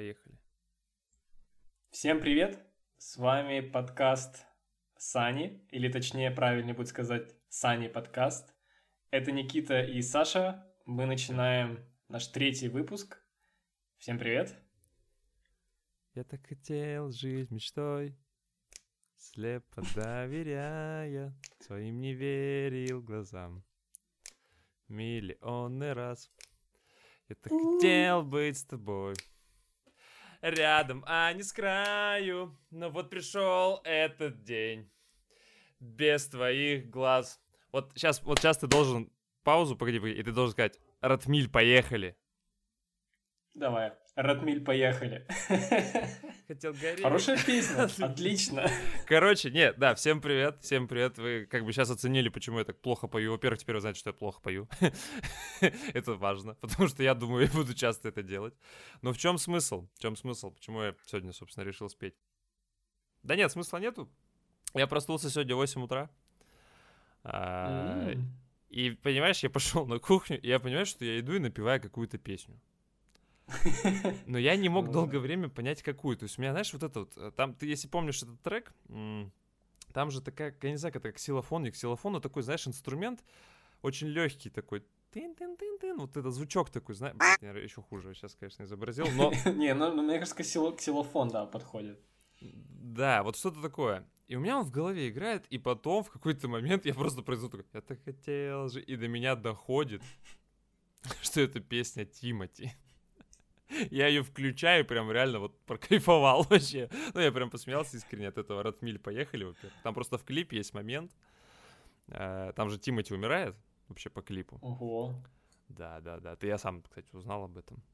Поехали. Всем привет! С вами подкаст Сани, или точнее правильнее будет сказать Сани подкаст. Это Никита и Саша. Мы начинаем наш 3-й выпуск. Всем привет! Я так хотел жить мечтой, слепо доверяя, своим не верил глазам. Миллионный раз. Я так хотел быть с тобой. Рядом, а не с краю. Но вот пришел этот день. Без твоих глаз. Вот сейчас ты должен паузу, погоди, и ты должен сказать: Ратмиль, поехали. Давай, Ратмиль, поехали. Хотел гореть. Хорошая песня, отлично. Короче, нет, да, всем привет. Вы как бы сейчас оценили, почему я так плохо пою. Во-первых, теперь вы знаете, что я плохо пою. Это важно, потому что я думаю, я буду часто это делать. Но в чем смысл? Почему я сегодня, собственно, решил спеть? Да нет, смысла нету. Я проснулся сегодня в 8 утра. И, понимаешь, я пошел на кухню, и я понимаю, что я иду и напеваю какую-то песню. Но я не мог долгое время понять, какую. То есть у меня, знаешь, вот это вот... Там, ты, если помнишь этот трек, там же такая, я не знаю, это ксилофон, не ксилофон, но такой, знаешь, инструмент очень легкий такой. Тын-тын-тын-тын. Вот этот звучок такой, знаешь... Еще хуже сейчас, конечно, изобразил, но... Не, ну мне кажется, ксилофон, да, подходит. Да, вот что-то такое. И у меня он в голове играет, и потом в какой-то момент я просто произведу такой: я так хотел же, и до меня доходит, что это песня Тимати. Я ее включаю, прям реально вот прокайфовал вообще. Ну, я прям посмеялся искренне от этого. Ратмиль, поехали, во-первых. Там просто в клипе есть момент. Там же Тимати умирает вообще по клипу. Ого. Да. Ты я сам, кстати, узнал об этом.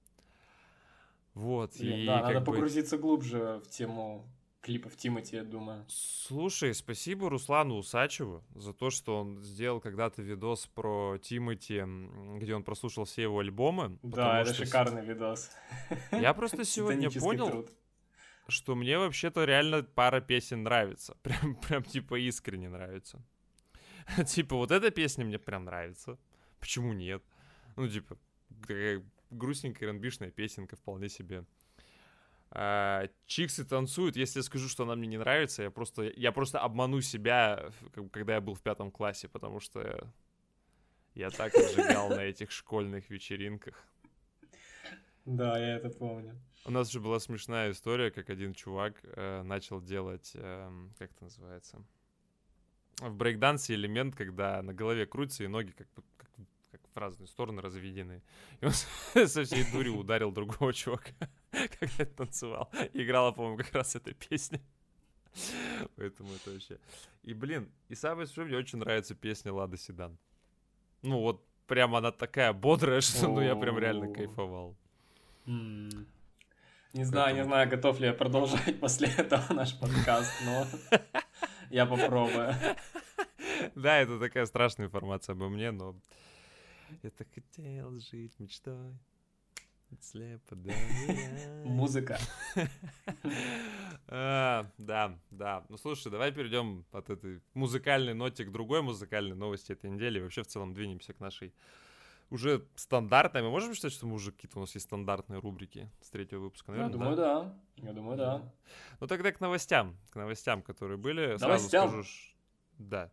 Вот, Блин, и да, как надо бы... погрузиться глубже в тему клипов Тимати, я думаю. Слушай, спасибо Руслану Усачеву за то, что он сделал когда-то видос про Тимати, где он прослушал все его альбомы. Да, это шикарный видос. Я просто сегодня понял, что мне вообще-то реально пара песен нравится. Прям типа искренне нравится. Типа вот эта песня мне прям нравится. Почему нет? Ну типа такая грустненькая РНБшная песенка вполне себе. Чиксы танцуют. Если я скажу, что она мне не нравится, я просто обману себя, когда я был в 5 классе, потому что я так отжигал на этих школьных вечеринках. Да, я это помню. У нас же была смешная история, как один чувак начал делать, как это называется, в брейкдансе элемент, когда на голове крутится и ноги как в разные стороны разведены. И он со всей дури ударил другого чувака, когда танцевал. И играла, по-моему, как раз эта песня. Поэтому это вообще... И, блин, и самое смешное, мне очень нравится песня «Лада Седан». Ну, вот прям она такая бодрая, что ну я прям реально кайфовал. Не знаю, готов ли я продолжать после этого наш подкаст, но я попробую. Да, это такая страшная информация обо мне, но... Я так хотел жить мечтой, слепо доверяя. Музыка. Да. Ну, слушай, давай перейдем от этой музыкальной ноте к другой музыкальной новости этой недели. И вообще в целом двинемся к нашей уже стандартной. Мы можем считать, что мы уже какие-то у нас есть стандартные рубрики с 3-го выпуска? Наверное, Я думаю, да. Ну, тогда к новостям, которые были. Сразу скажу. Да.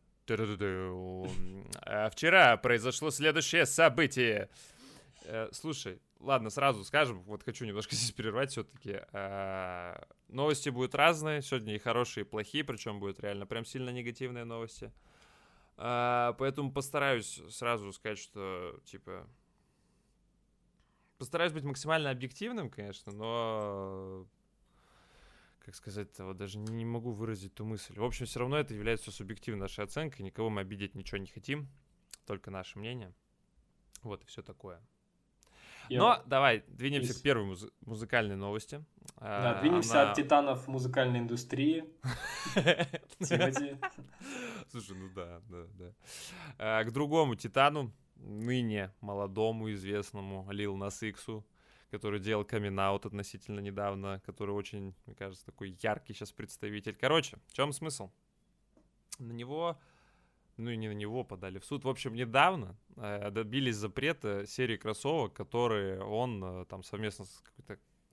Вчера произошло следующее событие. Слушай, ладно, сразу скажем, вот хочу немножко здесь прервать все-таки. Новости будут разные, сегодня и хорошие, и плохие, причем будут реально прям сильно негативные новости. Поэтому постараюсь сразу сказать, что, типа... Постараюсь быть максимально объективным, конечно, но... Как сказать-то, вот даже не могу выразить ту мысль. В общем, все равно это является субъективной нашей оценкой. Никого мы обидеть ничего не хотим. Только наше мнение. Вот и все такое. Но давай, двинемся к первой музыкальной новости. Да, двинемся от титанов музыкальной индустрии. Тимати. Слушай, ну да. К другому титану, ныне молодому, известному Lil Nas X'у, который делал камин-аут относительно недавно, который очень, мне кажется, такой яркий сейчас представитель. Короче, в чем смысл? На него, ну и не на него, подали в суд. В общем, недавно добились запрета серии кроссовок, которые он там совместно с какой-то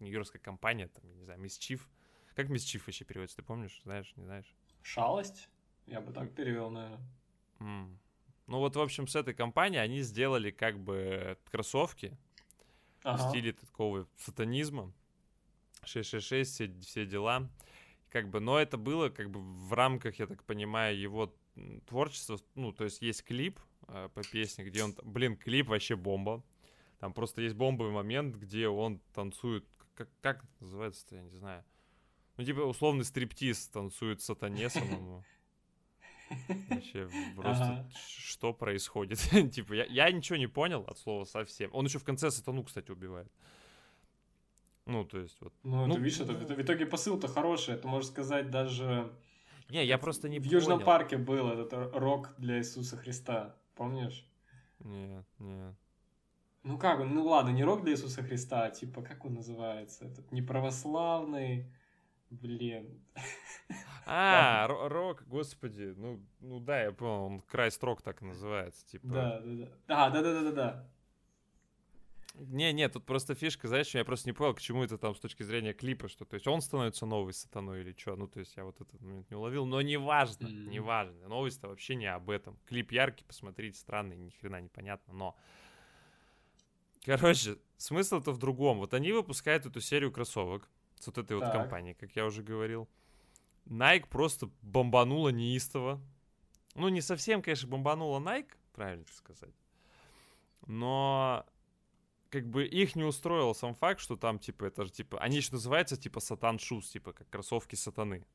нью-йоркская компания, там, я не знаю, Mischief. Как Mischief вообще переводится, ты помнишь? Знаешь, не знаешь? Шалость? Я бы так перевел, наверное. Ну вот, в общем, с этой компанией они сделали как бы кроссовки в стиле такого сатанизма. 666, все дела. Как бы, но это было как бы в рамках, я так понимаю, его творчества. Ну, то есть есть клип по песне, где он... Блин, клип вообще бомба. Там просто есть бомбовый момент, где он танцует... Как это называется-то, я не знаю. Ну, типа, условный стриптиз танцует сатане самому. Вообще, просто что происходит? Типа, я ничего не понял от слова совсем. Он еще в конце сатану, кстати, убивает. Ну, то есть вот. Ну, ты видишь, это в итоге посыл-то хороший. Это, можно сказать, даже... Не, я просто не в понял. Южном парке был этот рок для Иисуса Христа. Помнишь? Нет. Ну как он? Ну ладно, не рок для Иисуса Христа, а типа, как он называется? Этот неправославный... Блин. Рок, господи. Ну да, я понял, он Крайст Рок так и называется. Типа. Да. Не, тут просто фишка, знаешь, я просто не понял, к чему это там с точки зрения клипа, что, то есть он становится новой сатаной или что, ну, то есть я вот этот момент не уловил, но неважно, новость-то вообще не об этом. Клип яркий, посмотрите, странный, ни хрена непонятно, но... Короче, смысл-то в другом. Вот они выпускают эту серию кроссовок с вот этой вот компанией, как я уже говорил. Nike просто бомбанула неистово. Ну, не совсем, конечно, бомбанула Nike, правильно сказать, но... Как бы их не устроил сам факт, что там, типа, это же, типа, они еще называются, типа, сатан шуз, типа, как кроссовки сатаны.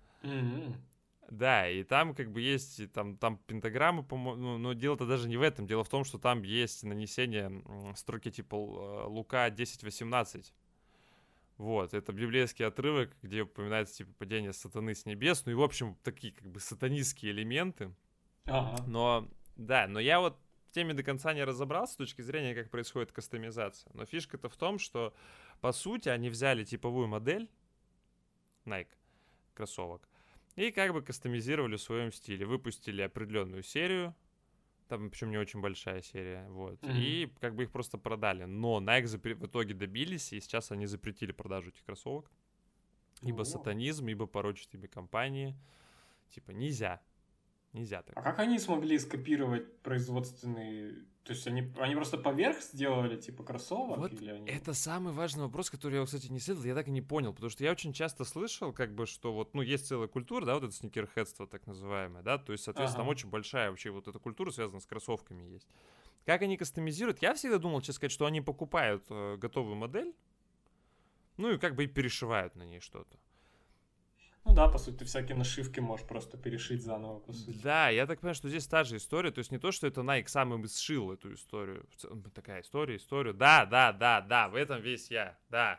Да, и там, как бы, есть, там пентаграммы, по-моему, но дело-то даже не в этом. Дело в том, что там есть нанесение строки, типа, Лука 10:18. Вот, это библейский отрывок, где упоминается, типа, падение сатаны с небес. Ну и, в общем, такие, как бы, сатанистские элементы. Но я вот в теме до конца не разобрался с точки зрения, как происходит кастомизация. Но фишка-то в том, что, по сути, они взяли типовую модель Nike кроссовок и как бы кастомизировали в своем стиле. Выпустили определенную серию, там причем не очень большая серия, вот, и как бы их просто продали. Но Nike в итоге добились, и сейчас они запретили продажу этих кроссовок. Ибо сатанизм, ибо порочат ими компании. Типа нельзя так. А как они смогли скопировать производственный... То есть они просто поверх сделали, типа, кроссовок? Вот или они... это самый важный вопрос, который я, кстати, не исследовал, я так и не понял, потому что я очень часто слышал, как бы, что вот, ну, есть целая культура, да, вот это сникерхедство так называемое, да, то есть, соответственно, там очень большая вообще вот эта культура связана с кроссовками есть. Как они кастомизируют? Я всегда думал, честно сказать, что они покупают готовую модель, ну, и как бы и перешивают на ней что-то. Ну да, по сути, всякие нашивки можешь просто перешить заново, по сути. Да, я так понимаю, что здесь та же история. То есть не то, что это Nike сам им сшил эту историю. Такая историю. Да, в этом весь я, да.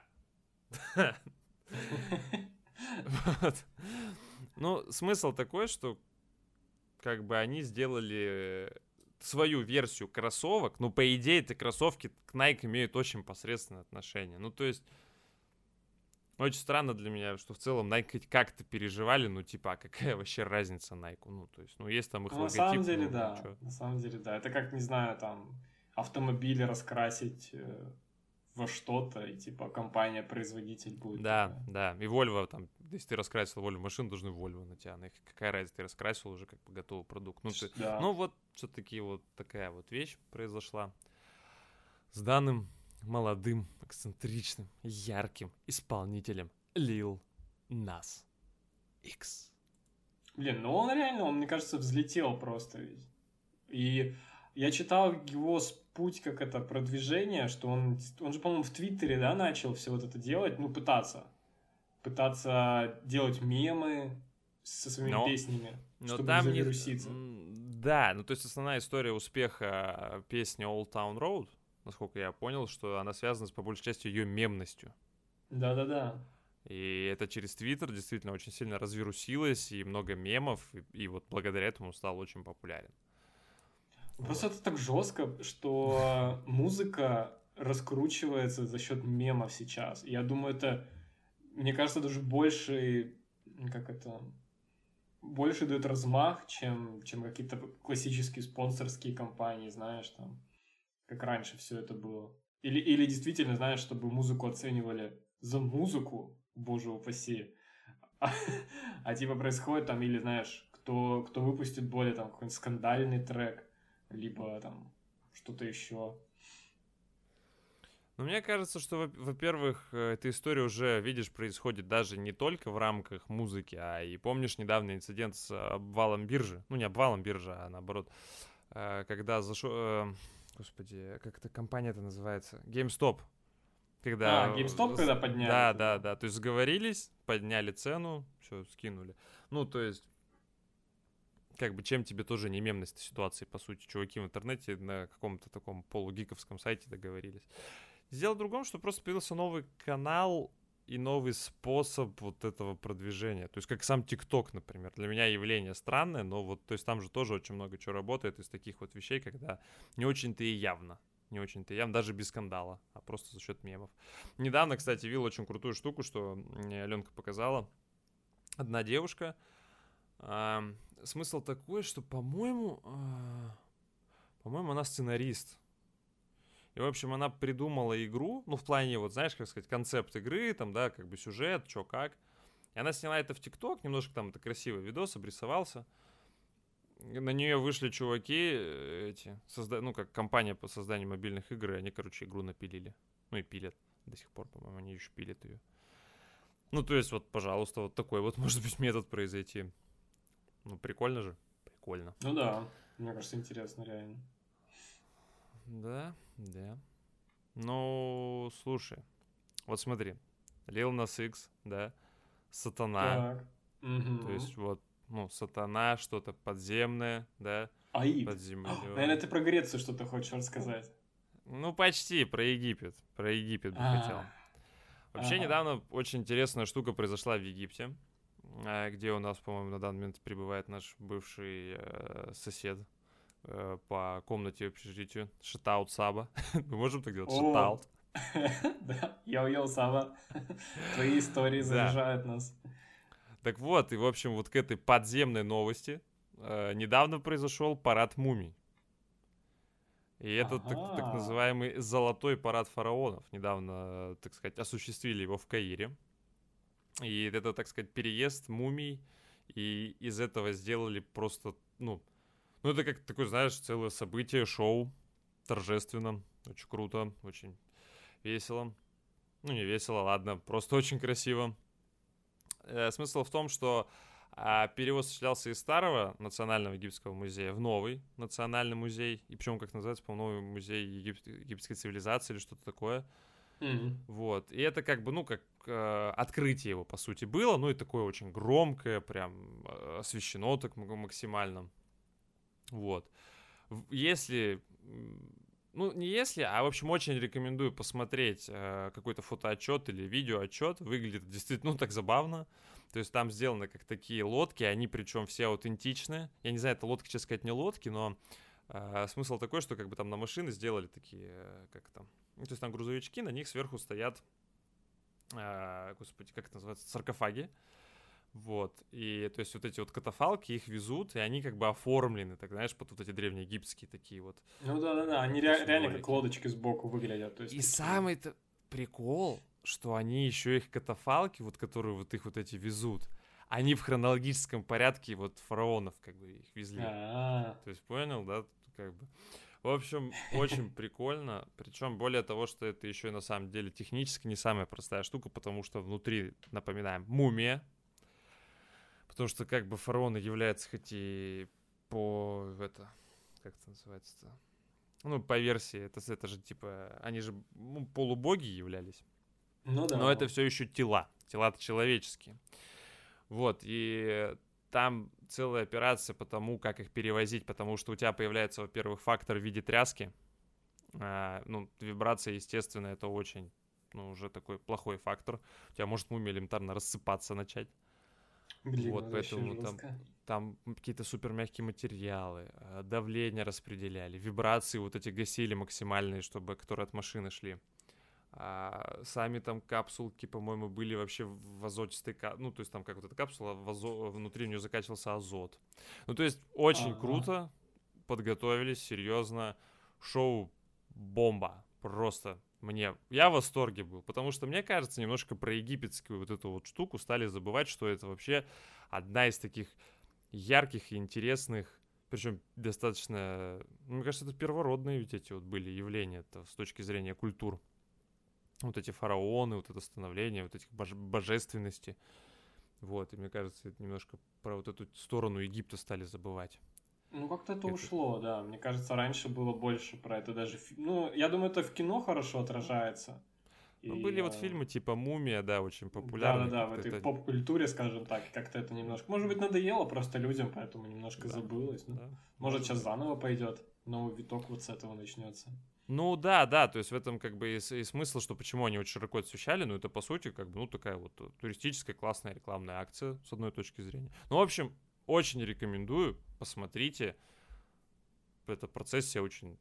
Ну, смысл такой, что как бы они сделали свою версию кроссовок, но по идее эти кроссовки к Nike имеют очень посредственное отношение. Ну, то есть очень странно для меня, что в целом Nike как-то переживали, ну, типа, а какая вообще разница Nike? Ну, то есть, ну, есть там их логотип. На самом деле, да. Это как, не знаю, там, автомобили раскрасить во что-то, и, типа, компания-производитель будет. Да. И Volvo, там, если ты раскрасил Volvo машину, должны Volvo на тебя. Какая разница, ты раскрасил уже как бы готовый продукт. Ну, вот, все-таки вот такая вот вещь произошла с данным молодым, эксцентричным, ярким исполнителем Lil Nas X. Блин, ну он реально, он, мне кажется, взлетел просто ведь. И я читал его путь, как это, продвижение, что он же, по-моему, в Твиттере, да, начал все вот это делать, ну, пытаться делать мемы со своими песнями, чтобы там не завируситься. Да, ну, то есть основная история успеха песни Old Town Road, насколько я понял, что она связана с, по большей части, ее мемностью. Да. И это через Твиттер действительно очень сильно развирусилось, и много мемов, и вот благодаря этому стал очень популярен. Просто это так жестко, что музыка раскручивается за счет мемов сейчас. Я думаю, это, мне кажется, даже больше дает размах, чем какие-то классические спонсорские кампании, знаешь, там, как раньше все это было. Или действительно, знаешь, чтобы музыку оценивали за музыку, боже упаси. А типа происходит там, или знаешь, кто выпустит более там какой-нибудь скандальный трек, либо там что-то еще. Ну, мне кажется, что, во-первых, эта история уже, видишь, происходит даже не только в рамках музыки, а и помнишь недавний инцидент с обвалом биржи? Ну, не обвалом биржи, а наоборот, когда зашел... Господи, как эта компания-то называется? GameStop. Когда... GameStop когда подняли Да, туда? да, да. То есть сговорились, подняли цену, все, скинули. Ну, то есть, как бы, чем тебе тоже не мемность ситуации, по сути. Чуваки в интернете на каком-то таком полугиковском сайте договорились. Дело в другом, что просто появился новый канал и новый способ вот этого продвижения. То есть как сам ТикТок, например. Для меня явление странное, но вот, то есть там же тоже очень много чего работает из таких вот вещей, когда не очень-то и явно. Не очень-то и явно, даже без скандала, а просто за счет мемов. Недавно, кстати, видел очень крутую штуку, что мне Аленка показала. Одна девушка. Смысл такой, что, по-моему, она сценарист. И, в общем, она придумала игру, ну, в плане, вот, знаешь, как сказать, концепт игры, там, да, как бы сюжет, чё, как. И она сняла это в ТикТок, немножко там это красивый видос, обрисовался. На нее вышли чуваки, ну, как компания по созданию мобильных игр, и они, короче, игру напилили. Ну, и пилят до сих пор, по-моему, они еще пилят ее. Ну, то есть, вот, пожалуйста, вот такой вот, может быть, метод произойти. Ну, прикольно же? Прикольно. Ну да, мне кажется, интересно, реально. Да, да. Ну, слушай, вот смотри, Lil Nas X, да, Сатана, Так. то есть Угу. вот, ну, Сатана, что-то подземное, да, Аид. под землей. Наверное, ты про Грецию что-то хочешь рассказать. Ну, почти, про Египет бы А, хотел. Вообще, ага. недавно очень интересная штука произошла в Египте, где у нас, по-моему, на данный момент пребывает наш бывший сосед по комнате и общежитию, Шатаут Саба. Мы можем так делать? О, Шатаут. да, йоу-йоу, Сава. Твои истории Да. заряжают нас. Так вот, и в общем, вот к этой подземной новости недавно произошел парад мумий. И это так Ага. называемый золотой парад фараонов. Недавно, так сказать, осуществили его в Каире. И это, так сказать, переезд мумий. И из этого сделали просто, ну это как такое, знаешь, целое событие, шоу. Торжественно, очень круто, очень весело. Ну, не весело, ладно, просто очень красиво. Смысл в том, что перевод осуществлялся из старого национального египетского музея в новый национальный музей. И причем, как называется, по-моему, новый музей египетской цивилизации или что-то такое. Мгм. Вот. И это как бы, ну, как открытие его, по сути, было. Ну, и такое очень громкое, прям освещено так максимально. Вот. Если ну, не если, а, в общем, очень рекомендую посмотреть какой-то фотоотчет или видеоотчет. Выглядит действительно, ну, так забавно. То есть там сделаны как такие лодки, они причем все аутентичные. Я не знаю, это лодки, честно сказать, не лодки, но смысл такой, что как бы там на машины сделали такие, как там, ну, то есть там грузовички, на них сверху стоят, господи, как это называется, саркофаги. Вот, и то есть вот эти вот катафалки, их везут, и они как бы оформлены, так знаешь, под вот эти древнеегипетские такие вот Ну да-да-да, они по реально как символике. лодочки сбоку выглядят, то есть И такие. самый-то прикол, что они еще их катафалки, вот которые вот их вот эти везут, они в хронологическом порядке вот фараонов как бы их везли. А, То есть понял, да, как бы. В общем, очень прикольно. Причем более того, что это еще и на самом деле технически не самая простая штука, потому что внутри, напоминаем, мумия. Потому что как бы фараоны являются хоть и по это, как это называется-то? Ну, по версии, это же типа, они же полубоги являлись. ну Но да. это все еще тела. Тела-то человеческие. Вот, и там целая операция по тому, как их перевозить, потому что у тебя появляется, во-первых, фактор в виде тряски. Ну, вибрация, естественно, это очень, ну, уже такой плохой фактор. У тебя может мумия элементарно рассыпаться начать. Блин, Вот, это вообще поэтому жестко. там какие-то супер мягкие материалы, давление распределяли, вибрации вот эти гасили максимальные, чтобы которые от машины шли. Сами там капсулки, по-моему, были вообще в азотистой, ну, то есть там как вот эта капсула, внутри у нее закачивался азот. Ну, то есть очень Ага. круто, подготовились, серьезно, шоу бомба, просто Я в восторге был, потому что, мне кажется, немножко про египетскую вот эту вот штуку стали забывать, что это вообще одна из таких ярких и интересных, причем достаточно, мне кажется, это первородные ведь эти вот были явления-то с точки зрения культур. Вот эти фараоны, вот это становление, вот этих божественности. Вот, и мне кажется, это немножко про вот эту сторону Египта стали забывать. Ну, как-то это ушло, да. Мне кажется, раньше было больше про это даже... Ну, я думаю, это в кино хорошо отражается. Ну, И, были вот фильмы типа «Мумия», да, очень популярны. да-да-да, в этой поп-культуре, скажем так, как-то это немножко... Может быть, надоело просто людям, поэтому немножко забылось. Ну, да, может, сейчас заново пойдет, новый виток вот с этого начнется. Ну да, то есть в этом как бы и смысл, что почему они очень широко освещали, но это по сути как бы, ну, такая вот туристическая классная рекламная акция с одной точки зрения. Ну, в общем, очень рекомендую, посмотрите. Это процессия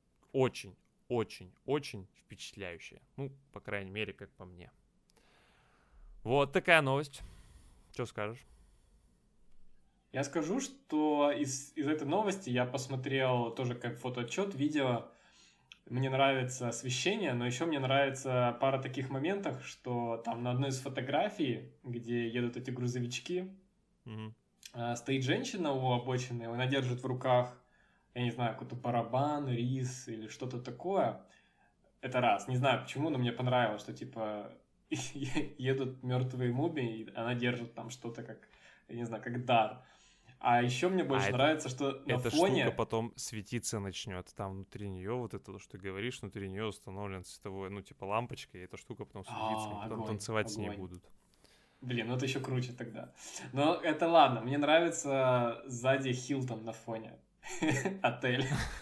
очень впечатляющая. Ну, по крайней мере, как по мне. Вот такая новость. Что скажешь? Я скажу, что из этой новости я посмотрел тоже как фотоотчет, видео. Мне нравится освещение, но еще мне нравится пара таких моментов, что там на одной из фотографий, где едут эти грузовички, стоит женщина у обочины, она держит в руках, я не знаю, какой-то барабан, рис или что-то такое. Это раз. Не знаю почему, но мне понравилось, что типа едут мертвые мумии, и она держит там что-то как, я не знаю, как дар. А еще мне больше нравится, что на фоне... Эта штука потом светиться начнет. Там внутри нее, вот это, то, что ты говоришь, внутри нее установлен световой, ну, типа лампочка, и эта штука потом светится, и потом танцевать с ней будут. Блин, ну это еще круче тогда. Но это ладно, мне нравится сзади Хилтон на фоне. Отель.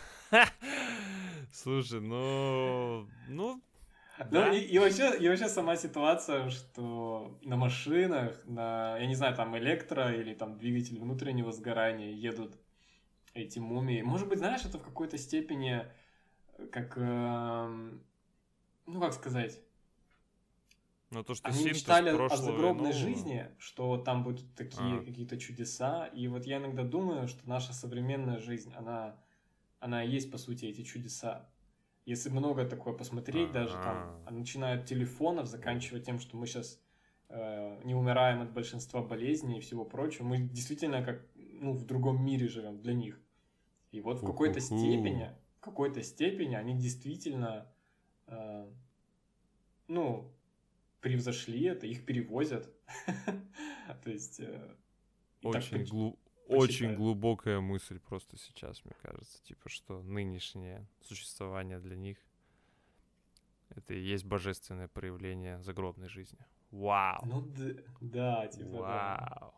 Слушай, ну... Да. И вообще сама ситуация, что на машинах, я не знаю, там электро или там двигатель внутреннего сгорания едут эти мумии. Может быть, знаешь, это в какой-то степени как, ну как сказать, но то, что они мечтали о загробной жизни, что там будут такие какие-то чудеса. И вот я иногда думаю, что наша современная жизнь, она и есть, по сути, эти чудеса. Если много такое посмотреть, даже там, начиная от телефонов, заканчивая тем, что мы сейчас не умираем от большинства болезней и всего прочего, мы действительно как, ну, в другом мире живем для них. И вот в какой-то степени они действительно, ну, превзошли это, их перевозят. То есть... Очень глубокая мысль просто сейчас, мне кажется. Типа, что нынешнее существование для них это и есть божественное проявление загробной жизни. Вау! Ну да, типа вау!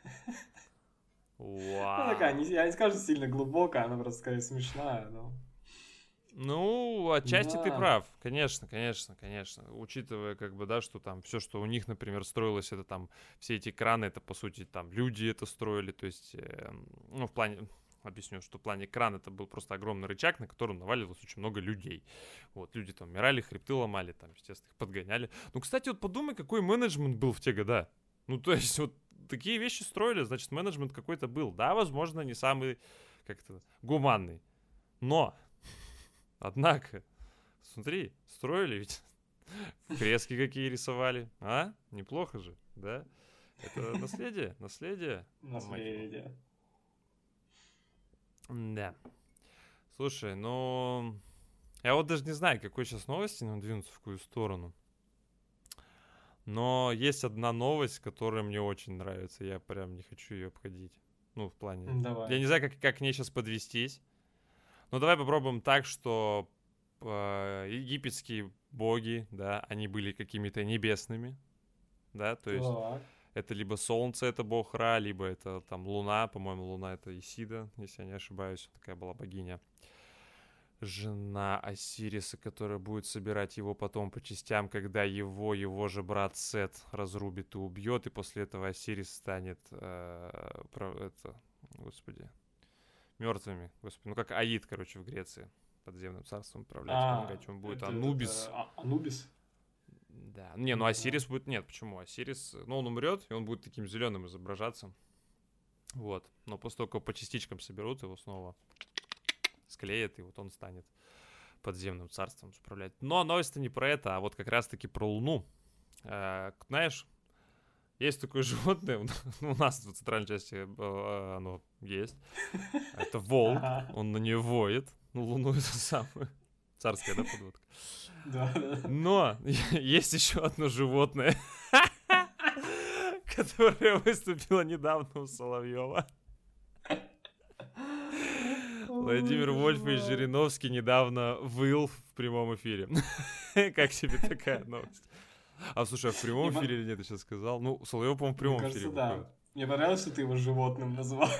Вау! Ну такая, я не скажу сильно глубокая, она просто скорее смешная, но... Ну, отчасти ты прав, конечно. Учитывая, как бы, да, что там все, что у них, например, строилось, это там все эти краны, это по сути там люди это строили, то есть, ну, в плане, объясню, что в плане кран это был просто огромный рычаг, на котором наваливалось очень много людей. Вот, люди там умирали, хребты ломали, там, естественно, их подгоняли. Ну, кстати, вот подумай, какой менеджмент был в те года. Ну, то есть, вот такие вещи строили, значит, менеджмент какой-то был. Да, возможно, не самый, как-то, гуманный, но... Однако, смотри, строили ведь, фрески какие рисовали, а? Неплохо же, да? Это наследие. Наследие. Да. Слушай, ну, я вот даже не знаю, какой сейчас новости нам двинуться, в какую сторону. Но есть одна новость, которая мне очень нравится, я прям не хочу ее обходить. Ну, в плане... Давай. Я не знаю, как к ней сейчас подвестись. Ну, давай попробуем так, что египетские боги, да, они были какими-то небесными, да, то есть это либо солнце, это бог Ра, либо это там луна, по-моему, луна это Исида, если я не ошибаюсь, такая была богиня. Жена Осириса, которая будет собирать его потом по частям, когда его же брат Сет разрубит и убьет, и после этого Осирис станет, мертвыми, господи, ну как Аид, короче, в Греции, подземным царством управлять, помогать, он будет Анубис. Анубис? Да, не, ну Осирис будет, нет, почему? Осирис, ну он умрет, и он будет таким зеленым изображаться, вот, но после того, как по частичкам соберут, его снова склеят, и вот он станет подземным царством управлять. Но новость-то не про это, а вот как раз-таки про Луну. Знаешь, есть такое животное, у нас в центральной части оно есть. Это волк, он на нее воет. Ну, Луну это самое. Царская, да, подводка? Да. Но есть еще одно животное, которое выступило недавно у Соловьева. Владимир Вольфович Жириновский недавно выл в прямом эфире. Как тебе такая новость? А слушай, а в прямом эфире или нет, я сейчас сказал? Ну, Соловьев, по-моему, в прямом эфире. Да. Мне понравилось, что ты его животным назвал.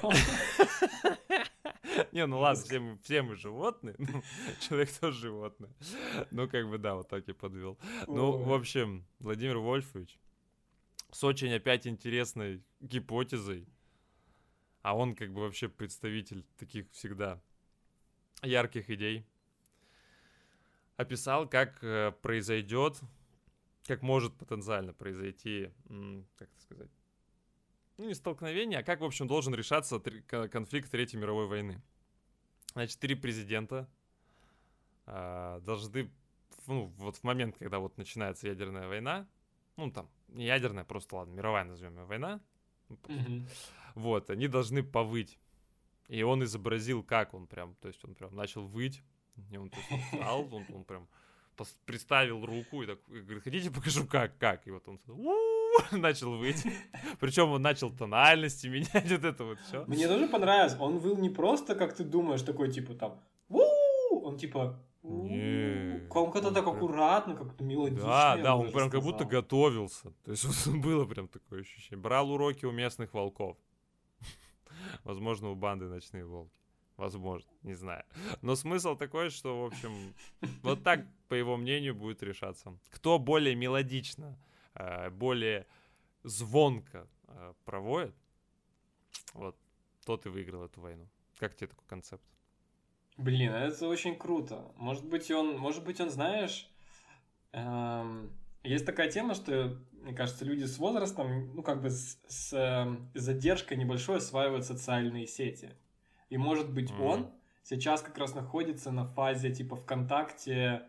Не, ну ладно, все мы животные. Ну, человек тоже животное. Ну, как бы, да, вот так и подвел. Ну, в общем, Владимир Вольфович с очень опять интересной гипотезой, а он как бы вообще представитель таких всегда ярких идей, описал, как произойдет, как может потенциально произойти, как это сказать, ну, не столкновение, а как, в общем, должен решаться конфликт Третьей мировой войны. Значит, 3 президента должны, ну, вот в момент, когда вот начинается ядерная война, ну, там, не ядерная, просто, ладно, мировая, назовем ее, война, вот, они должны повыть. И он изобразил, как он прям, то есть он прям начал выть, и он встал, он прям приставил руку и так, и говорит, хотите, покажу как? И вот он начал выть. Причем он начал тональности менять, вот это вот все. Мне тоже понравилось. Он выл не просто, как ты думаешь, такой типа там, он типа, как-то так аккуратно, как-то мелодично. Да, он прям как будто готовился. То есть было прям такое ощущение. Брал уроки у местных волков. Возможно, у банды «Ночные волки». Возможно, не знаю. Но смысл такой, что, в общем, вот так, по его мнению, будет решаться. Кто более мелодично, более звонко проводит, вот, тот и выиграл эту войну. Как тебе такой концепт? Блин, это очень круто. Может быть, он, знаешь, есть такая тема, что, мне кажется, люди с возрастом, ну, как бы с задержкой небольшой осваивают социальные сети. И, может быть, он сейчас как раз находится на фазе типа ВКонтакте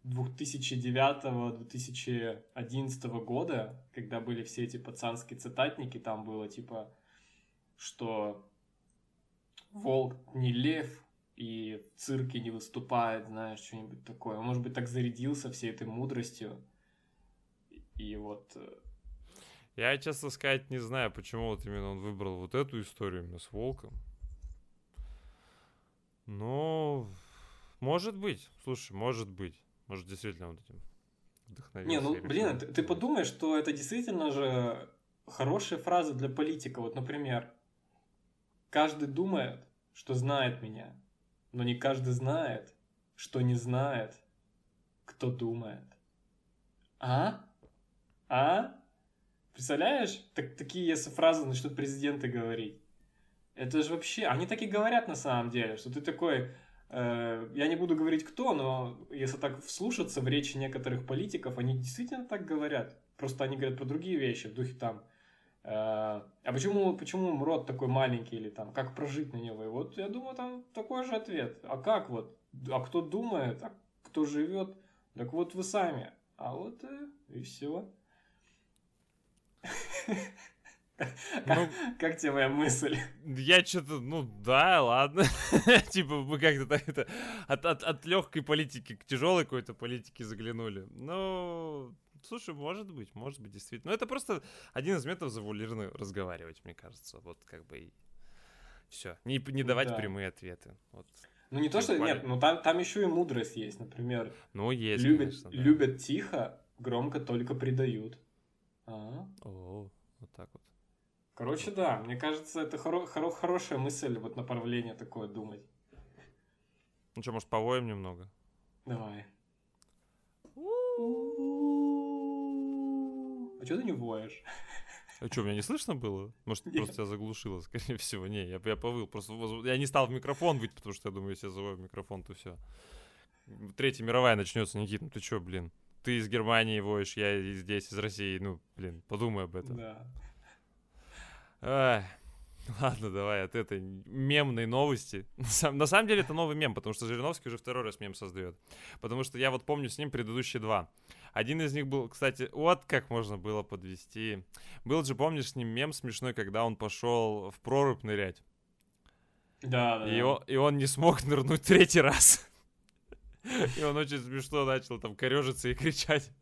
2009-2011 года, когда были все эти пацанские цитатники, там было типа, что волк не лев и в цирке не выступает, знаешь, что-нибудь такое. Он, может быть, так зарядился всей этой мудростью. И вот... Я, честно сказать, не знаю, почему вот именно он выбрал вот эту историю именно с волком. Ну, может быть. Слушай, может быть. Может, действительно вот этим вдохновился. Не, ну, блин, ты подумай, что это действительно же хорошая фраза для политика. Вот, например, каждый думает, что знает меня, но не каждый знает, что не знает, кто думает. А? Представляешь? Такие, если фразы начнут президенты говорить. Это же вообще... Они так и говорят на самом деле, что ты такой... я не буду говорить кто, но если так вслушаться в речи некоторых политиков, они действительно так говорят. Просто они говорят про другие вещи, в духе там... а почему рот такой маленький, или там, как прожить на него? И вот я думаю, там такой же ответ. А как вот? А кто думает? А кто живет? Так вот вы сами. А вот и все. Как тебе моя мысль? Я что-то, ну да, ладно. Типа мы как-то так это от легкой политики к тяжелой какой-то политике заглянули. Ну, слушай, может быть, действительно. Но это просто один из методов завуалированно разговаривать, мне кажется. Вот как бы и все. Не давать прямые ответы. Вот. Ну не то, что... Нет, ну там еще и мудрость есть, например. Ну есть, конечно, да. Любят тихо, громко только предают. О, вот так вот. Короче, да, мне кажется, это хорошая мысль, вот направление такое думать. Ну что, может, повоем немного? Давай. А что ты не воешь? А что, меня не слышно было? Может, просто тебя заглушило, скорее всего. Не, я повыл. Просто я не стал в микрофон выть, потому что я думаю, если я завою в микрофон, то все. Третья мировая начнется, Никит. Ну ты что, блин? Ты из Германии воешь, я здесь, из России. Ну, блин, подумай об этом. Да. Ладно, давай от этой мемной новости. На самом деле это новый мем, потому что Жириновский уже второй раз мем создает. Потому что я вот помню с ним предыдущие два. Один из них был, кстати, вот как можно было подвести. Был же, помнишь, с ним мем смешной, когда он пошел в прорубь нырять. Да. И он не смог нырнуть третий раз. И он очень смешно начал там корежиться и кричать.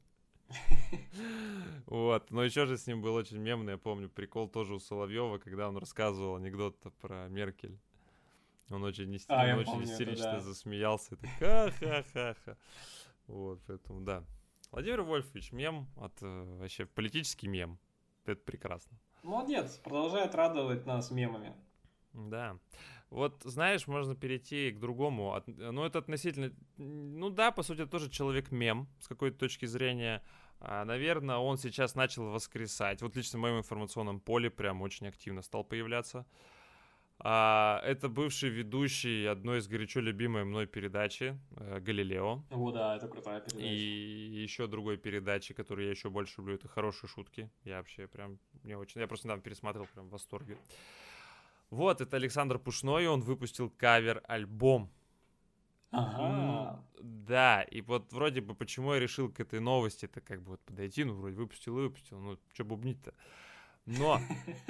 Вот, но еще же с ним был очень мемный, я помню, прикол тоже у Соловьева, когда он рассказывал анекдот про Меркель. Он очень истерично засмеялся. И так, ха-ха-ха-ха. Вот, поэтому, да. Владимир Вольфович, мем, вообще политический мем. Это прекрасно. Молодец, продолжает радовать нас мемами. Да. Вот, знаешь, можно перейти к другому. Ну, это относительно... Ну да, по сути, тоже человек-мем с какой-то точки зрения. Наверное, он сейчас начал воскресать. Вот лично в моем информационном поле прям очень активно стал появляться. Это бывший ведущий одной из горячо любимой мной передачи «Галилео». О, да, это крутая передача. И еще другой передачи, которую я еще больше люблю, это «Хорошие шутки». Я вообще прям... Я просто недавно пересматривал, прям в восторге. Вот, это Александр Пушной, он выпустил кавер-альбом. Ага. Да, и вот вроде бы почему я решил к этой новости-то как бы вот подойти, ну вроде выпустил, ну что бубнить-то. Но.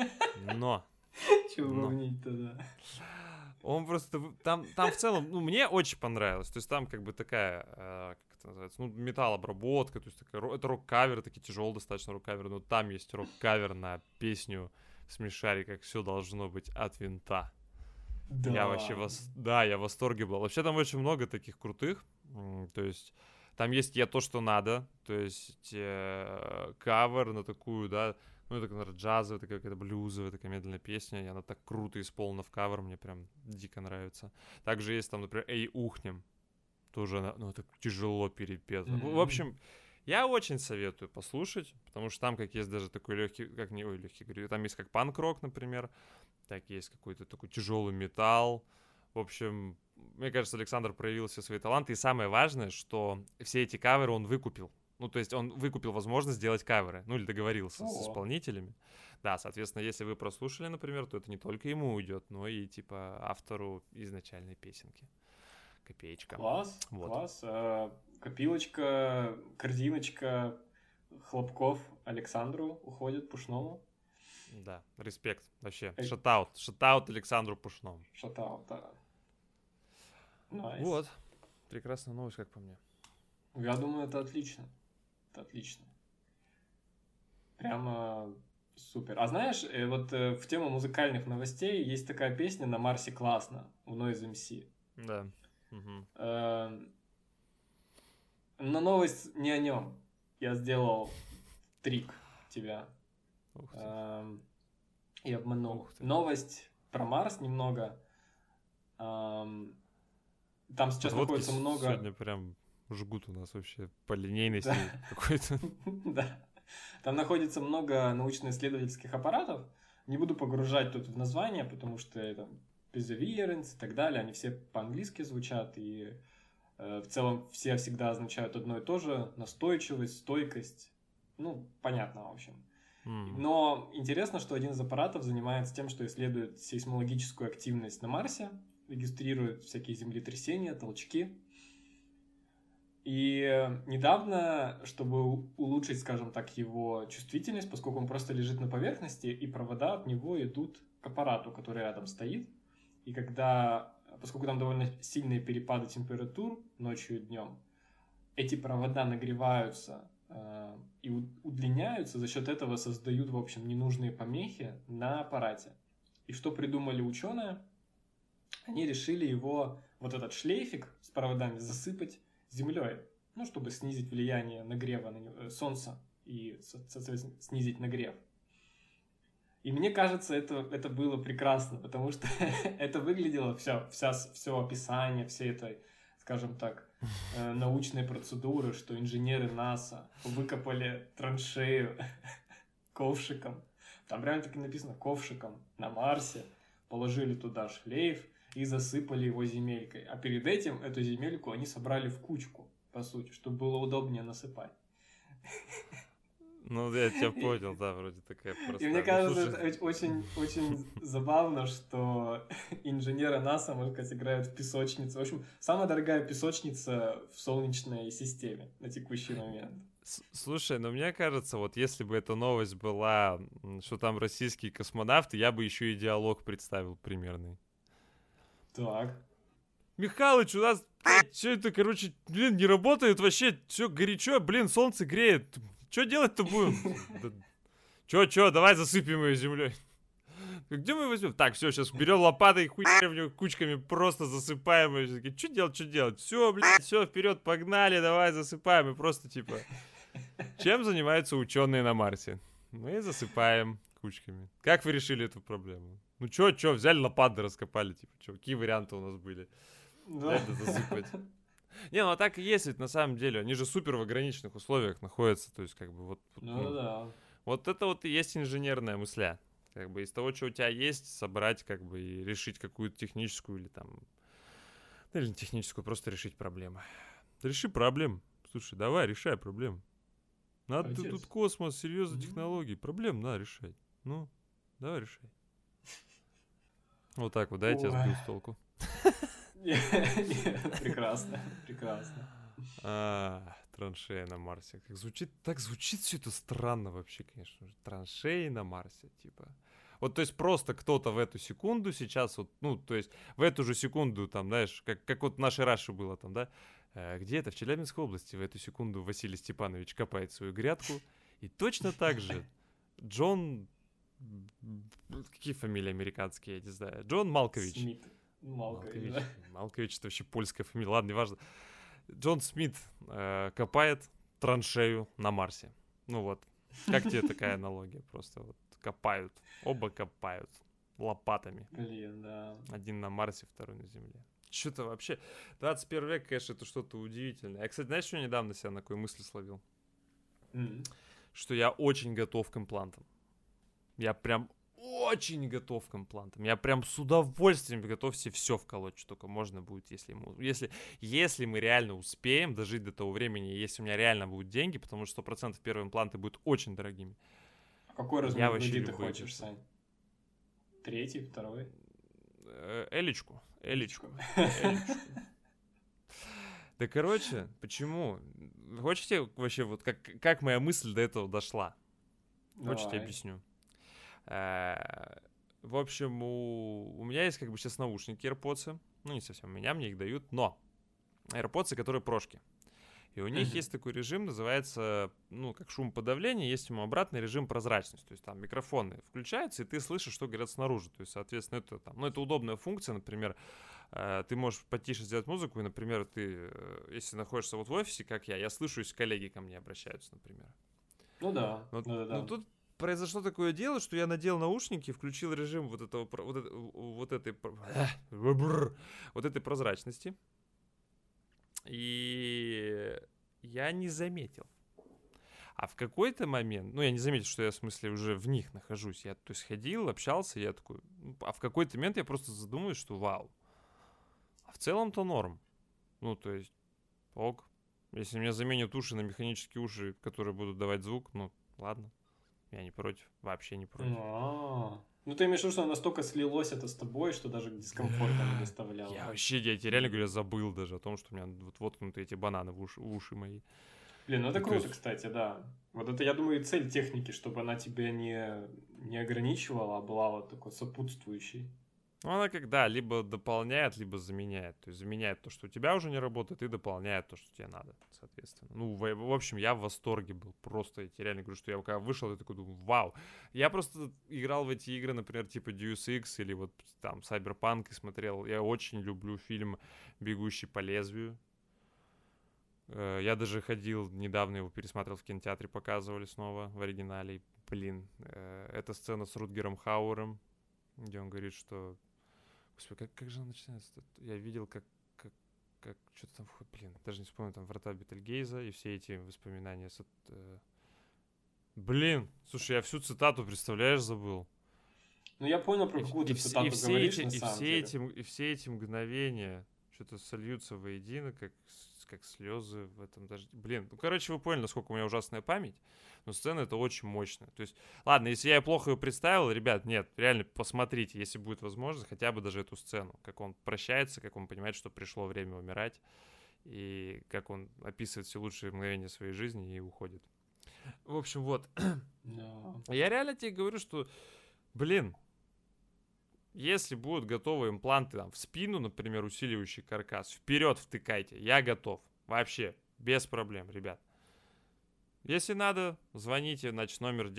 Чего бубнить-то, да. Он просто, там в целом, ну мне очень понравилось, то есть там как бы такая, как это называется, ну металлообработка, то есть такая, это рок-кавер, такие тяжелые достаточно рок-кавер, но там есть рок-кавер на песню «Смешариках все должно быть от винта». Да. Я вообще я в восторге был. Вообще там очень много таких крутых. То есть там есть «Я то, что надо», то есть кавер на такую, да, ну это, наверное, джазовая, такая какая-то блюзовая, такая медленная песня, и она так круто исполнена в кавер, мне прям дико нравится. Также есть там, например, «Эй, ухнем», тоже, ну это тяжело перепето. В общем, я очень советую послушать, потому что там как есть даже такой легкий, как не, ой, легкий, говорю, там есть как панк-рок, например, так есть какой-то такой тяжелый металл. В общем, мне кажется, Александр проявил все свои таланты. И самое важное, что все эти каверы он выкупил. Ну, то есть он выкупил возможность сделать каверы. Ну, или договорился с исполнителями. Да, соответственно, если вы прослушали, например, то это не только ему уйдет, но и, типа, автору изначальной песенки. Копеечка. Класс, вот. Класс. Копилочка, корзиночка хлопков Александру уходит, Пушному. Да, респект вообще. Шатаут Александру Пушному. Шатаут, да. Nice. Вот, прекрасная новость, как по мне. Я думаю, это отлично. Это отлично. Прямо супер. А знаешь, вот в тему музыкальных новостей есть такая песня «На Марсе классно» у Noise MC. Да. Но новость не о нем. Я сделал трик тебя. И обманул. Новость про Марс немного. Там сейчас находится много... Сегодня прям жгут у нас вообще по линейности какой-то. Да. Там находится много научно-исследовательских аппаратов. Не буду погружать тут в название, потому что это perseverance и так далее. Они все по-английски звучат. И в целом все всегда означают одно и то же. Настойчивость, стойкость. Ну, понятно, в общем. Но интересно, что один из аппаратов занимается тем, что исследует сейсмологическую активность на Марсе, регистрирует всякие землетрясения, толчки. И недавно, чтобы улучшить, скажем так, его чувствительность, поскольку он просто лежит на поверхности, и провода от него идут к аппарату, который рядом стоит. И поскольку там довольно сильные перепады температур ночью и днем, эти провода нагреваются и удлиняются, за счет этого создают, в общем, ненужные помехи на аппарате. И что придумали ученые? Они решили его, вот этот шлейфик с проводами, засыпать землей, ну, чтобы снизить влияние нагрева на Солнца и, соответственно, снизить нагрев. И мне кажется, это было прекрасно, потому что это выглядело все описание, все это, скажем так, научные процедуры, что инженеры НАСА выкопали траншею ковшиком. Там прямо таки написано ковшиком на Марсе, положили туда шлейф и засыпали его земелькой. А перед этим эту земельку они собрали в кучку, по сути, чтобы было удобнее насыпать. Ну, я тебя понял, да, вроде такая И простая. мне Ну, кажется, слушай, это очень забавно, что инженеры НАСА, можно сказать, играют в песочницу. В общем, самая дорогая песочница в Солнечной системе на текущий момент. слушай, но мне кажется, вот если бы эта новость была, что там российские космонавты, я бы еще и диалог представил примерный. Так. Михалыч, у нас, все это, короче, блин, не работает вообще, все горячо, блин, солнце греет. Что делать-то будем? Че, давай засыпем ее землей. Где мы возьмем? Так, все, сейчас берем лопатой и хуярим в него кучками, просто засыпаем ее. Что делать? Все, блядь, все, вперед, погнали, давай засыпаем. И просто типа, чем занимаются ученые на Марсе? Мы засыпаем кучками. Как вы решили эту проблему? Ну чё, взяли лопаты, раскопали, типа, какие варианты у нас были? Да. Это засыпать. Не, ну а так и есть ведь на самом деле. Они же супер в ограниченных условиях находятся. То есть, как бы, вот, Ну да. вот это вот и есть инженерная мысля. Как бы из того, что у тебя есть, собрать, как бы, и решить какую-то техническую или там... Ну, или не техническую, просто решить проблему. Реши проблему. Слушай, давай, решай проблему. Надо ты тут космос, серьезные технологии. Проблем надо решать. Ну, давай решай. Вот так вот, да, я тебя сбил с толку. Прекрасно. Траншея на Марсе. Так звучит все это странно вообще, конечно же. Траншеи на Марсе, типа. Вот, то есть, просто кто-то в эту секунду сейчас, вот, ну, то есть, в эту же секунду, там, знаешь, как вот в нашей Раше было там, да, где-то в Челябинской области в эту секунду Василий Степанович копает свою грядку, и точно так же Джон... Какие фамилии американские, я не знаю. Джон Малкович. Смит. Малкович, да. Малкович, это вообще польская фамилия, ладно, неважно. Джон Смит копает траншею на Марсе. Ну вот, как тебе такая аналогия? Просто вот копают, оба копают лопатами. Блин, да. Один на Марсе, второй на Земле. Что-то вообще, 21 век, конечно, это что-то удивительное. Я, кстати, знаешь, что недавно себя на какой мысли словил? Что я очень готов к имплантам. Я прям очень готов к имплантам. Я прям с удовольствием готов себе все вколоть, что только можно будет, если мы реально успеем дожить до того времени, если у меня реально будут деньги, потому что 100% первые импланты будут очень дорогими. А какой размер груди ты хочешь, Сань? 3, 2? Элечку. Да, короче, почему? Хочете вообще, вот как моя мысль до этого дошла? Хочешь, я объясню? В общем, у меня есть как бы сейчас наушники AirPods. Ну, не совсем у меня, мне их дают, но AirPods, которые прошки. И у них есть такой режим, называется, ну, как шумоподавление, есть ему обратный режим прозрачность. То есть там микрофоны включаются, и ты слышишь, что говорят снаружи. То есть, соответственно, это там, ну, это удобная функция, например, ты можешь потише сделать музыку, и, например, ты, если находишься вот в офисе, как я слышу, если коллеги ко мне обращаются, например. Ну да, Ну, тут произошло такое дело, что я надел наушники, включил режим вот этой прозрачности, и я не заметил. А в какой-то момент, ну, я не заметил, что я, в смысле, уже в них нахожусь. Я, то есть, ходил, общался, я такой... А в какой-то момент я просто задумываюсь, что вау. А в целом-то норм. Ну, то есть, ок. Если мне заменят уши на механические уши, которые будут давать звук, ну, ладно. Я не против, вообще не против. Ну, ты имеешь в виду, что настолько слилось это с тобой, что даже дискомфорта не доставляло. Я тебе реально говорю, забыл даже о том, что у меня вот воткнуты эти бананы в уши мои. Блин, ну это круто, кстати, да. Вот это, я думаю, цель техники, чтобы она тебя не ограничивала, а была вот такой сопутствующей. Ну, она когда либо дополняет, либо заменяет. То есть заменяет то, что у тебя уже не работает, и дополняет то, что тебе надо, соответственно. Ну, в общем, я в восторге был. Просто, я тебе реально говорю, что я когда вышел, я такой думаю, вау. Я просто играл в эти игры, например, типа Deus Ex или вот там Cyberpunk и смотрел. Я очень люблю фильм «Бегущий по лезвию». Я даже ходил, недавно его пересматривал в кинотеатре, показывали снова в оригинале. И, блин, эта сцена с Рутгером Хауэром, где он говорит, что... Господи, как же она начинается? Я видел, как что-то там... Блин, даже не вспомню, там врата Бетельгейза и все эти воспоминания. Блин, слушай, я всю цитату, представляешь, забыл. Ну, я понял, про какую ты цитату говоришь, на самом деле. И все эти мгновения что-то сольются воедино, как как слезы в этом дожде. Блин, ну, короче, вы поняли, насколько у меня ужасная память, но сцена это очень мощная. То есть, ладно, если я плохо ее представил, ребят, нет, реально посмотрите, если будет возможность, хотя бы даже эту сцену, как он прощается, как он понимает, что пришло время умирать, и как он описывает все лучшие мгновения своей жизни и уходит. В общем, вот. No. Я реально тебе говорю, что, блин, если будут готовы импланты там, в спину, например, усиливающий каркас, вперед втыкайте, я готов. Вообще, без проблем, ребят. Если надо, звоните, значит, номер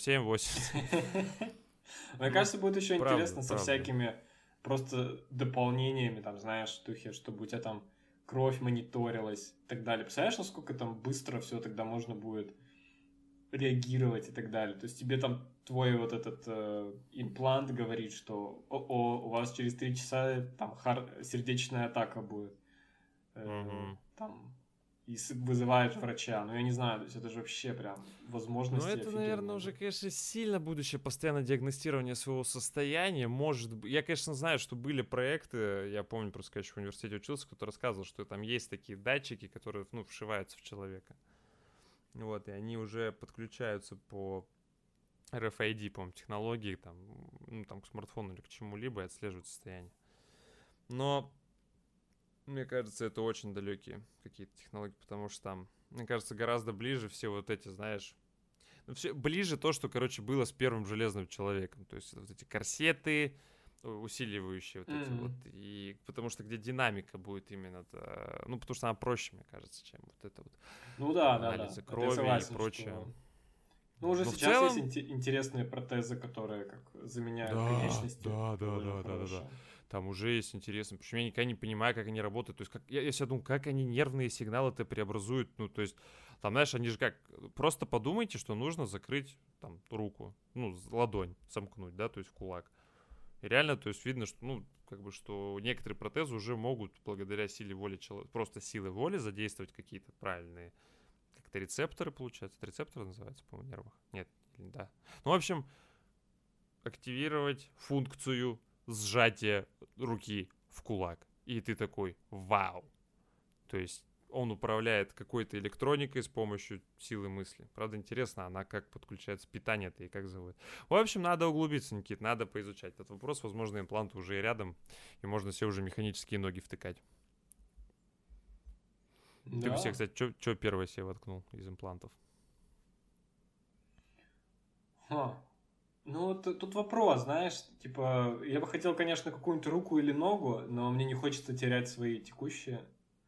977-8. Мне кажется, будет еще правда, интересно со правда. всякими просто дополнениями, там, знаешь, в духе, чтобы у тебя там кровь мониторилась и так далее. Представляешь, насколько там быстро все тогда можно будет реагировать и так далее. То есть тебе там твой вот этот имплант говорит, что у вас через 3 часа там сердечная атака будет. Там и вызывает врача. Ну, я не знаю, то есть это же вообще прям возможности Ну, это, наверное, уже, конечно, сильно будущее постоянное диагностирование своего состояния. Может быть, я, конечно, знаю, что были проекты, я помню, просто когда еще в университете учился, кто-то рассказывал, что там есть такие датчики, которые, ну, вшиваются в человека. Вот, и они уже подключаются по RFID, по-моему, технологии, там, ну, там, к смартфону или к чему-либо и отслеживают состояние. Но мне кажется, это очень далекие какие-то технологии, потому что там, мне кажется, гораздо ближе все вот эти, знаешь, ну, все ближе то, что, короче, было с первым железным человеком. То есть вот эти корсеты, усиливающие вот эти вот, и потому что где динамика будет именно, ну, потому что она проще, мне кажется, чем вот это вот. Ну да, анализы да. крови согласен, и прочее. Что... Ну, уже но сейчас в целом... есть интересные протезы, которые как заменяют конечности. Да. Там уже есть интересно. Почему я никогда не понимаю, как они работают. То есть, как, я всегда думаю, как они нервные сигналы-то преобразуют. Ну, то есть, там, знаешь, они же как... Просто подумайте, что нужно закрыть там руку, ну, ладонь сомкнуть, да, то есть в кулак. И реально, то есть, видно, что, ну, как бы, что некоторые протезы уже могут, благодаря силе воли человека, просто силой воли задействовать какие-то правильные как-то рецепторы, получается. Это рецепторы называются, по-моему, в нервах? Нет, да. Ну, в общем, активировать функцию сжатия руки в кулак. И ты такой, вау. То есть он управляет какой-то электроникой с помощью силы мысли. Правда, интересно, она как подключается питание-то и как заводит. В общем, надо углубиться, Никит, надо поизучать этот вопрос. Возможно, импланты уже и рядом, и можно себе уже механические ноги втыкать. Да. Ты бы себе, кстати, что первое себе воткнул из имплантов? Ну, тут вопрос, знаешь, типа, я бы хотел, конечно, какую-нибудь руку или ногу, но мне не хочется терять свои текущие.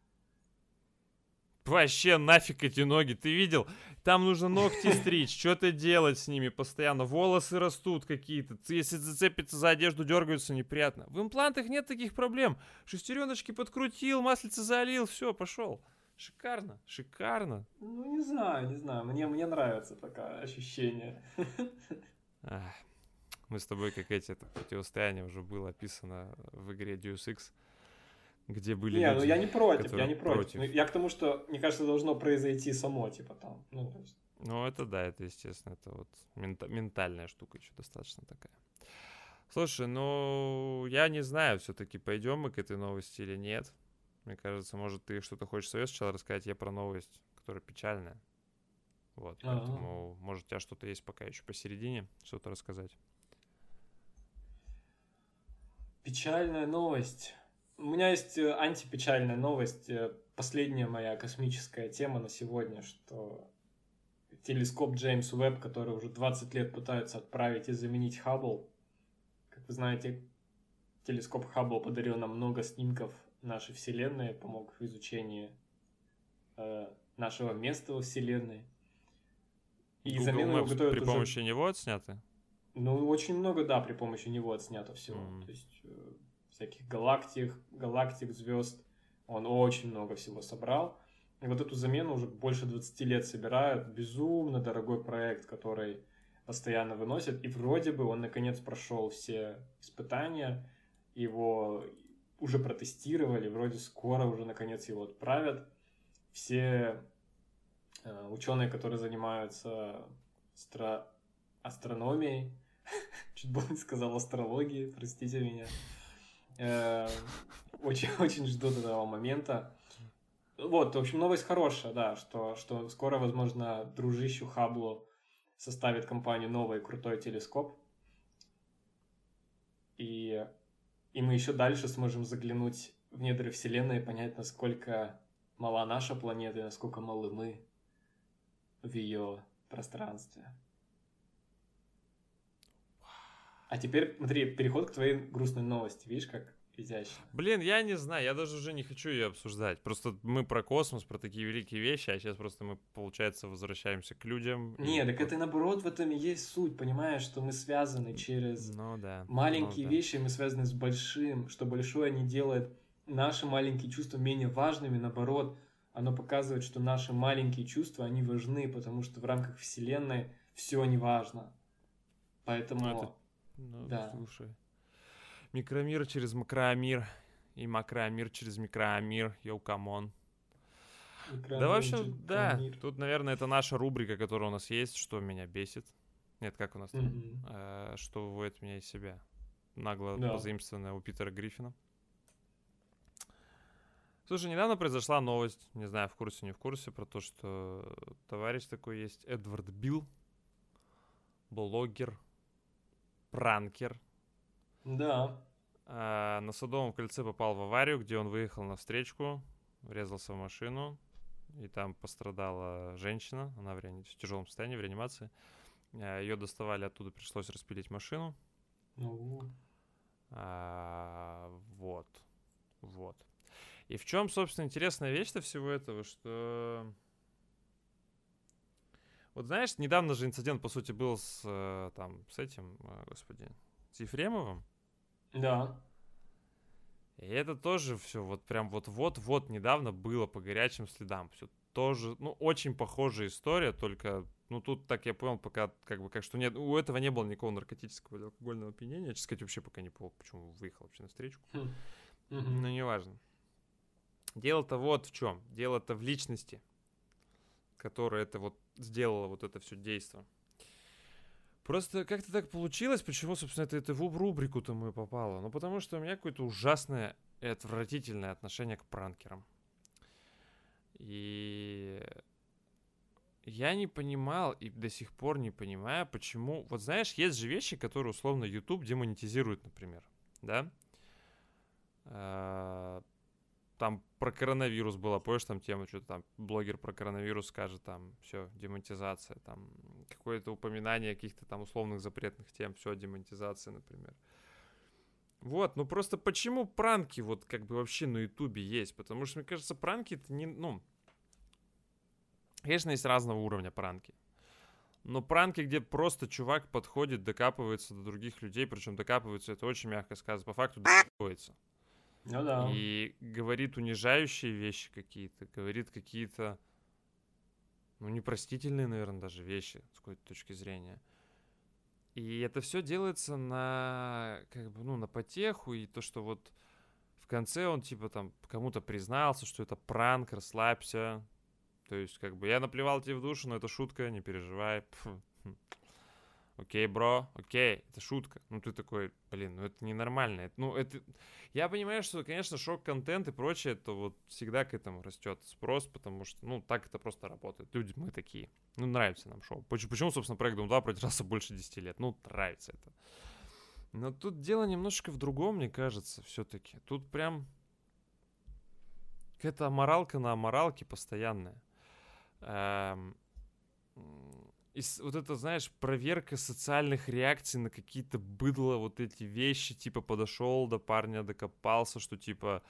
Вообще нафиг эти ноги, ты видел? Там нужно ногти стричь, что-то делать с ними постоянно, волосы растут какие-то, если зацепиться за одежду, дергаются, неприятно. В имплантах нет таких проблем, шестереночки подкрутил, маслице залил, все, пошел. Шикарно, шикарно. Ну, не знаю, мне нравится такое ощущение. Мы с тобой, как это противостояние уже было описано в игре Deus Ex, где были люди, ну я не против. Ну, я к тому, что, мне кажется, должно произойти само, типа там. Ну, то есть... ну это да, это естественно, это вот ментальная штука еще достаточно такая. Слушай, ну я не знаю, все-таки пойдем мы к этой новости или нет. Мне кажется, может, ты что-то хочешь сначала рассказать, я про новость, которая печальная. Вот, поэтому, может, у тебя что-то есть пока еще посередине, что-то рассказать. Печальная новость. У меня есть антипечальная новость. Последняя моя космическая тема на сегодня, что телескоп Джеймс Уэбб, который уже 20 лет пытаются отправить и заменить Хаббл. Как вы знаете, телескоп Хаббл подарил нам много снимков нашей Вселенной, помог в изучении нашего места во Вселенной. И замену его готовят при помощи него отсняты? Ну, очень много, да, при помощи него отснято всего. То есть всяких галактик, звезд. Он очень много всего собрал. И вот эту замену уже больше 20 лет собирают. Безумно дорогой проект, который постоянно выносят. И вроде бы он наконец прошел все испытания. Его уже протестировали. Вроде скоро уже наконец его отправят. Все ученые, которые занимаются астрономией, чуть было не сказал астрологией, простите меня, очень ждут этого момента. Вот, в общем, новость хорошая, да, что скоро, возможно, дружищу Хаблу составит компанию новый крутой телескоп, и, и мы еще дальше сможем заглянуть в недры Вселенной и понять, насколько мала наша планета и насколько малы мы в ее пространстве. А теперь, смотри, переход к твоей грустной новости. Видишь, как изящно? Блин, я не знаю, я даже уже не хочу ее обсуждать. Просто мы про космос, про такие великие вещи, а сейчас просто мы, получается, возвращаемся к людям. Не, так это наоборот в этом и есть суть, понимаешь, что мы связаны через Ну да. маленькие вещи, мы связаны с большим, что большое не делает наши маленькие чувства менее важными, наоборот, оно показывает, что наши маленькие чувства, они важны, потому что в рамках Вселенной все не важно. Поэтому, да. Слушай. Микромир через макромир. И макромир через микромир. Йоу, камон. Да, в общем, да. Тут, наверное, это наша рубрика, которая у нас есть, что меня бесит. Нет, как у нас там? Что выводит меня из себя. Нагло позаимствованное у Питера Гриффина. Слушай, недавно произошла новость, не знаю, в курсе, не в курсе, про то, что товарищ такой есть, Эдвард Билл, блогер, пранкер. Да. На Садовом кольце попал в аварию, где он выехал на встречку, врезался в машину, и там пострадала женщина, она в тяжелом состоянии, в реанимации. Ее доставали оттуда, пришлось распилить машину. Вот. И в чем, собственно, интересная вещь-то всего этого, что... Вот знаешь, недавно же инцидент, по сути, был с этим, с Ефремовым. Да. И это тоже все вот прям вот недавно было по горячим следам. Все тоже, очень похожая история, только, тут, так я понял, пока, что нет, у этого не было никакого наркотического или алкогольного опьянения. Я, честно сказать, вообще пока не понял, почему выехал вообще на встречку. Но неважно. Дело-то вот в чем. Дело-то в личности, которая это вот сделала вот это все действо. Просто как-то так получилось, почему, собственно, это в рубрику-то мы попало. Потому что у меня какое-то ужасное и отвратительное отношение к пранкерам. И я не понимал и до сих пор не понимаю, почему... Вот знаешь, есть же вещи, которые условно YouTube демонетизирует, например, да? Там про коронавирус была, помнишь, там тема, что-то там блогер про коронавирус скажет, там, все, демонетизация, там, какое-то упоминание каких-то там условных запретных тем, все, демонетизация, например. Вот, просто почему пранки вот как бы вообще на Ютубе есть? Потому что, мне кажется, пранки это не, конечно, есть разного уровня пранки. Но пранки, где просто чувак подходит, докапывается до других людей, причем докапывается, это очень мягко сказано, по факту докапывается. Ну да. И говорит унижающие вещи какие-то, говорит какие-то, непростительные, наверное, даже вещи с какой-то точки зрения. И это все делается на, на потеху, и то, что вот в конце он, типа, там, кому-то признался, что это пранк, расслабься. То есть, я наплевал тебе в душу, но это шутка, не переживай. Окей, бро, окей, это шутка. Ты такой, блин, это ненормально. Это... Я понимаю, что, конечно, шок-контент и прочее, это вот всегда к этому растет спрос, потому что, так это просто работает. Люди, мы такие. Нравится нам шоу. Почему, собственно, проект Doom 2 продержался больше 10 лет? Нравится это. Но тут дело немножечко в другом, мне кажется, все-таки. Тут прям какая-то аморалка на аморалке постоянная. И вот это, знаешь, проверка социальных реакций на какие-то быдло вот эти вещи, типа подошел до парня, докопался, что типа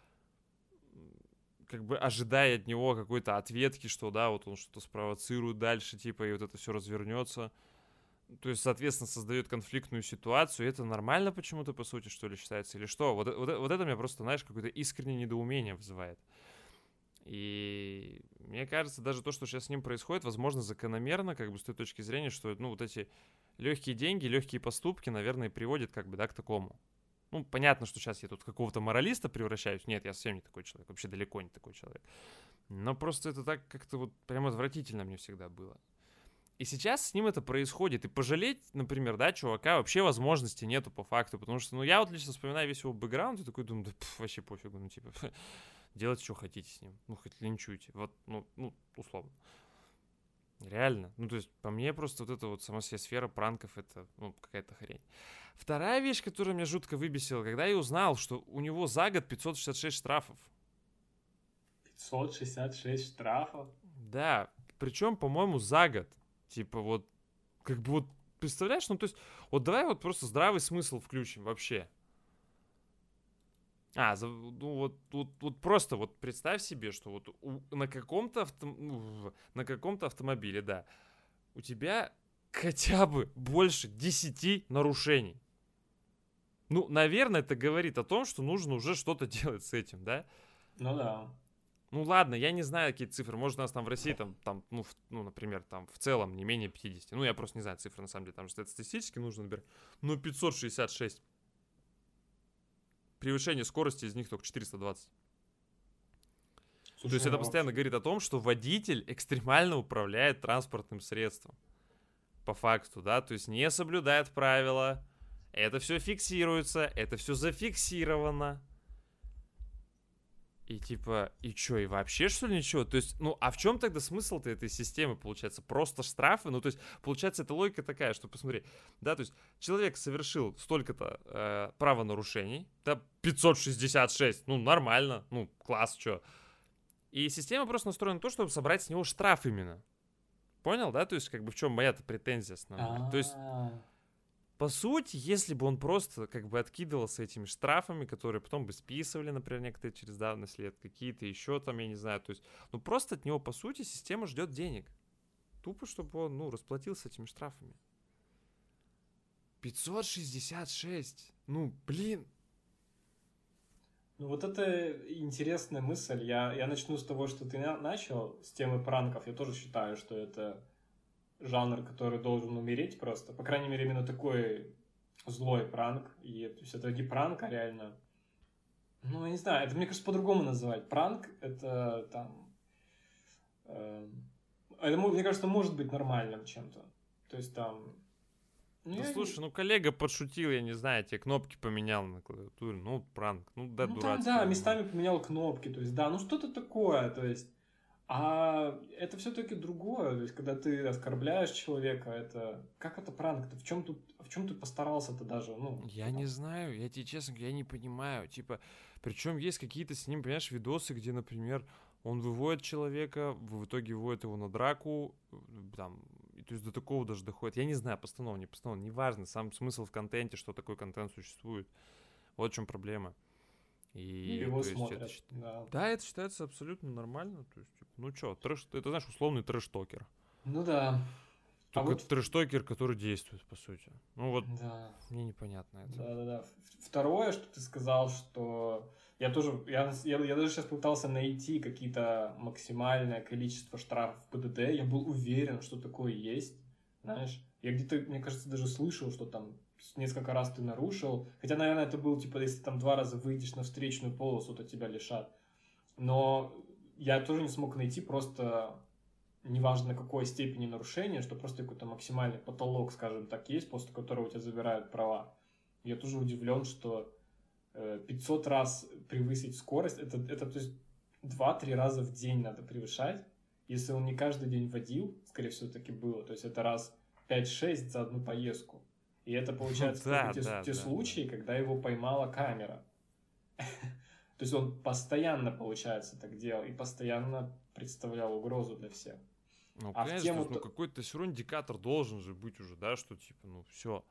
ожидая от него какой-то ответки, что да, вот он что-то спровоцирует дальше, типа, и вот это все развернется. То есть, соответственно, создает конфликтную ситуацию, и это нормально почему-то, по сути, что ли, считается, или что? Вот это меня просто, знаешь, какое-то искреннее недоумение вызывает. И мне кажется, даже то, что сейчас с ним происходит, возможно, закономерно, с той точки зрения, что, вот эти легкие деньги, легкие поступки, наверное, приводят, к такому. Понятно, что сейчас я тут какого-то моралиста превращаюсь. Нет, я совсем не такой человек, вообще далеко не такой человек. Но просто это так как-то вот прям отвратительно мне всегда было. И сейчас с ним это происходит. И пожалеть, например, да, чувака вообще возможности нету по факту. Потому что, я вот лично вспоминаю весь его бэкграунд и такой думаю, да вообще пофигу, делайте, что хотите с ним. Ну, хоть линчуйте. Вот, ну, условно. Реально. Ну, то есть, по мне, просто вот эта вот сама вся сфера пранков, это, ну, какая-то хрень. Вторая вещь, которая меня жутко выбесила, когда я узнал, что у него за год 566 штрафов. 566 штрафов? Да, причем, по-моему, за год. Типа вот, как бы вот, представляешь, ну, то есть, вот давай вот просто здравый смысл включим вообще. Ну вот просто вот представь себе, что вот на каком-то на каком-то автомобиле, да, у тебя хотя бы больше 10 нарушений. Ну, наверное, это говорит о том, что нужно уже что-то делать с этим, да? Ну да. Ну ладно, я не знаю, какие цифры. Может, у нас там в России, например, там в целом не менее 50. Ну, я просто не знаю цифры, на самом деле. Там же это статистически нужно набирать. Но 566. Превышение скорости из них только 420. Слушай, То есть это постоянно говорит о том, что водитель экстремально управляет транспортным средством. По факту, да, то есть не соблюдает правила. Это все фиксируется, это все зафиксировано. И типа, и чё, и вообще что ли ничего? То есть, ну, а в чем тогда смысл-то этой системы, получается? Просто штрафы? Ну, то есть, получается, эта логика такая, что, посмотри, да, то есть, человек совершил столько-то правонарушений, да, 566, ну, нормально, ну, класс, чё. И система просто настроена на то, чтобы собрать с него штраф именно. Понял, да? То есть, как бы, в чем моя-то претензия основная? То есть, по сути, если бы он просто как бы откидывался этими штрафами, которые потом бы списывали, например, некоторые через давность лет, какие-то еще там, я не знаю, то есть, ну просто от него, по сути, система ждет денег. Тупо, чтобы он, ну, расплатился этими штрафами. 566. Ну, блин. Ну вот это интересная мысль. Я начну с того, что ты начал, с темы пранков. Я тоже считаю, что это жанр, который должен умереть просто. По крайней мере, именно такой злой пранк. И то есть это не пранк, а реально... Ну, я не знаю, это, мне кажется, по-другому называть. Пранк — это там... это, мне кажется, может быть нормальным чем-то. То есть там... Ну, да слушай, ну коллега подшутил, я не знаю, тебе кнопки поменял на клавиатуре, ну пранк, ну да, ну, дурацкий. там, да, местами поменял кнопки, то есть, да, ну что-то такое, то есть... А это все-таки другое, то есть, когда ты оскорбляешь человека, это... Как это пранк-то? В чем ты постарался-то даже, ну... Я не знаю, я тебе честно говоря, я не понимаю, типа... Причем есть какие-то с ним, понимаешь, видосы, где, например, он выводит человека, в итоге выводит его на драку, там, и, то есть до такого даже доходит. Я не знаю, постанова, не постанова, неважно, сам смысл в контенте, что такой контент существует. Вот в чем проблема. И И его то есть, смотрят, это, да. да, это считается абсолютно нормально. То есть, типа, ну чё, трэш, это, знаешь, условный трэш-токер. Ну да. Только вот... трэш-токер, который действует, по сути. Ну вот, да. мне непонятно это. Да. Второе, что ты сказал, что... Я даже сейчас пытался найти какие-то максимальное количество штрафов в ПДД. Я был уверен, что такое есть. Знаешь, я где-то, мне кажется, даже слышал, что там несколько раз ты нарушил. Хотя, наверное, это было, типа, если ты там 2 раза выйдешь на встречную полосу, то тебя лишат. Но я тоже не смог найти просто, неважно на какой степени нарушения, что просто какой-то максимальный потолок, скажем так, есть, после которого у тебя забирают права. Я тоже удивлен, что 500 раз превысить скорость, это то есть 2-3 раза в день надо превышать. Если он не каждый день водил, скорее всего, таки было, то есть это раз 5-6 за одну поездку. И это, получается, только те случаи, когда его поймала камера. То есть он постоянно, получается, так делал и постоянно представлял угрозу для всех. Ну, конечно, ну какой-то все равно индикатор должен же быть уже, да, что типа, ну все.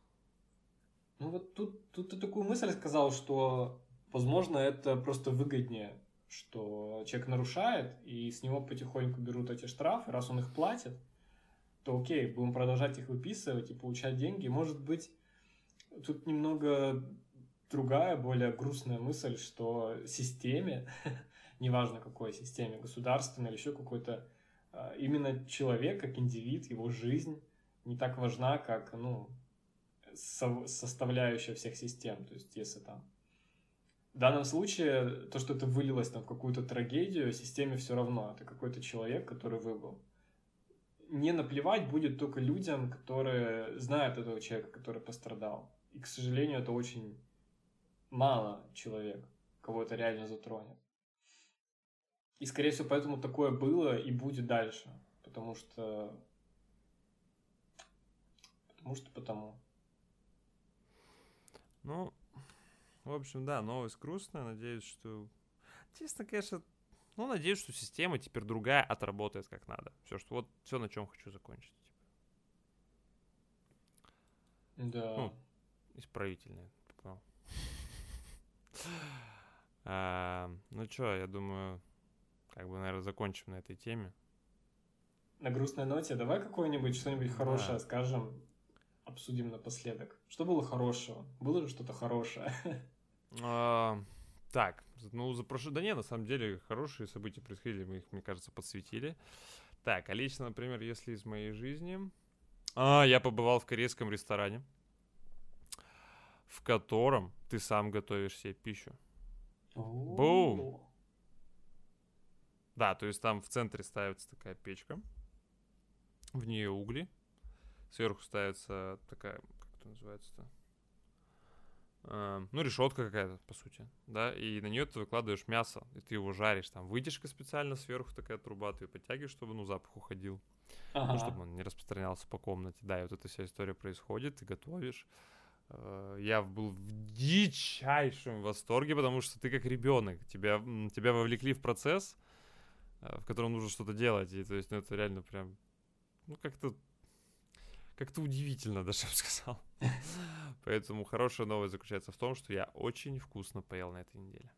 Ну вот тут ты такую мысль сказал, что, возможно, это просто выгоднее, что человек нарушает, и с него потихоньку берут эти штрафы, раз он их платит, то окей, будем продолжать их выписывать и получать деньги. Может быть, тут немного другая, более грустная мысль, что системе, неважно какой системе, государственной или еще какой-то, именно человек, как индивид, его жизнь не так важна, как, ну, составляющая всех систем. То есть, если там... В данном случае, то, что это вылилось там в какую-то трагедию, системе все равно. Это какой-то человек, который выбыл. Не наплевать будет только людям, которые знают этого человека, который пострадал. И, к сожалению, это очень мало человек, кого это реально затронет. И, скорее всего, поэтому такое было и будет дальше. Потому что... Потому. Ну, в общем, да, новость грустная. Надеюсь, что... Честно, конечно, надеюсь, что система теперь другая отработает как надо. Все, на чем хочу закончить. Да. Исправительная. Ну что, я думаю, наверное, закончим на этой теме. На грустной ноте давай что-нибудь хорошее скажем, обсудим напоследок. Что было хорошего? Было ли что-то хорошее? Так, да не, на самом деле, хорошие события происходили, мы их, мне кажется, подсветили. Так, а лично, например, если из моей жизни... Я побывал в корейском ресторане, в котором ты сам готовишь себе пищу. Бум! Да, то есть там в центре ставится такая печка, в нее угли, сверху ставится такая, как это называется-то? Решетка какая-то, по сути, да, и на нее ты выкладываешь мясо, и ты его жаришь, там вытяжка специально сверху такая труба, ты ее подтягиваешь, чтобы, запах уходил, чтобы он не распространялся по комнате, да, и вот эта вся история происходит, ты готовишь. Я был в дичайшем восторге, потому что ты как ребенок, тебя вовлекли в процесс, в котором нужно что-то делать, и то есть, это реально прям, как-то удивительно, даже я бы сказал. Поэтому хорошая новость заключается в том, что я очень вкусно поел на этой неделе.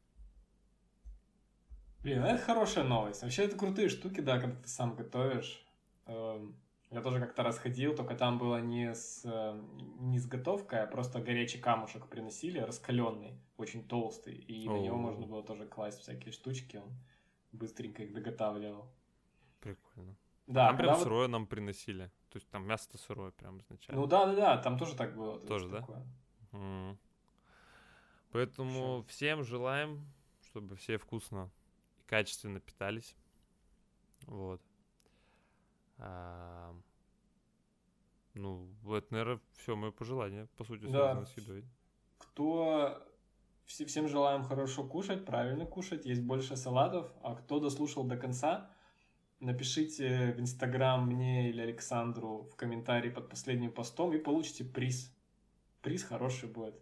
Блин, это хорошая новость. Вообще, это крутые штуки, да, когда ты сам готовишь. Я тоже как-то раз ходил, только там было не с готовкой, а просто горячий камушек приносили, раскаленный, очень толстый, и на него можно было тоже класть всякие штучки, он быстренько их доготавливал. Прикольно. Да, там прям сырое нам приносили. То есть там мясо-то сырое прям изначально. Ну да, там тоже так было. Тоже, да? Поэтому всем желаем, чтобы все вкусно и качественно питались. Вот. Это, наверное, все мои пожелания, по сути, связаны с едой. Всем желаем хорошо кушать, правильно кушать, есть больше салатов. А кто дослушал до конца, напишите в Инстаграм мне или Александру в комментарии под последним постом и получите приз. Приз хороший будет.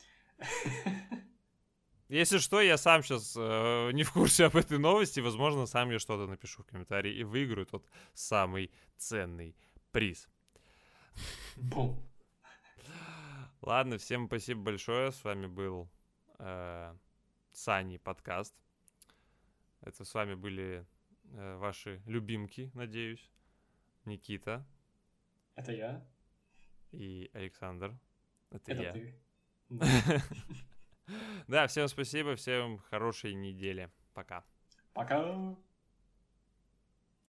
Если что, я сам сейчас не в курсе об этой новости. Возможно, сам я что-то напишу в комментарии и выиграю тот самый ценный приз. Бум. Ладно, всем спасибо большое. С вами был Сани подкаст. Это с вами были ваши любимки, надеюсь. Никита. Это я. И Александр. Это я. Ты. Да, всем спасибо, всем хорошей недели. Пока. Пока.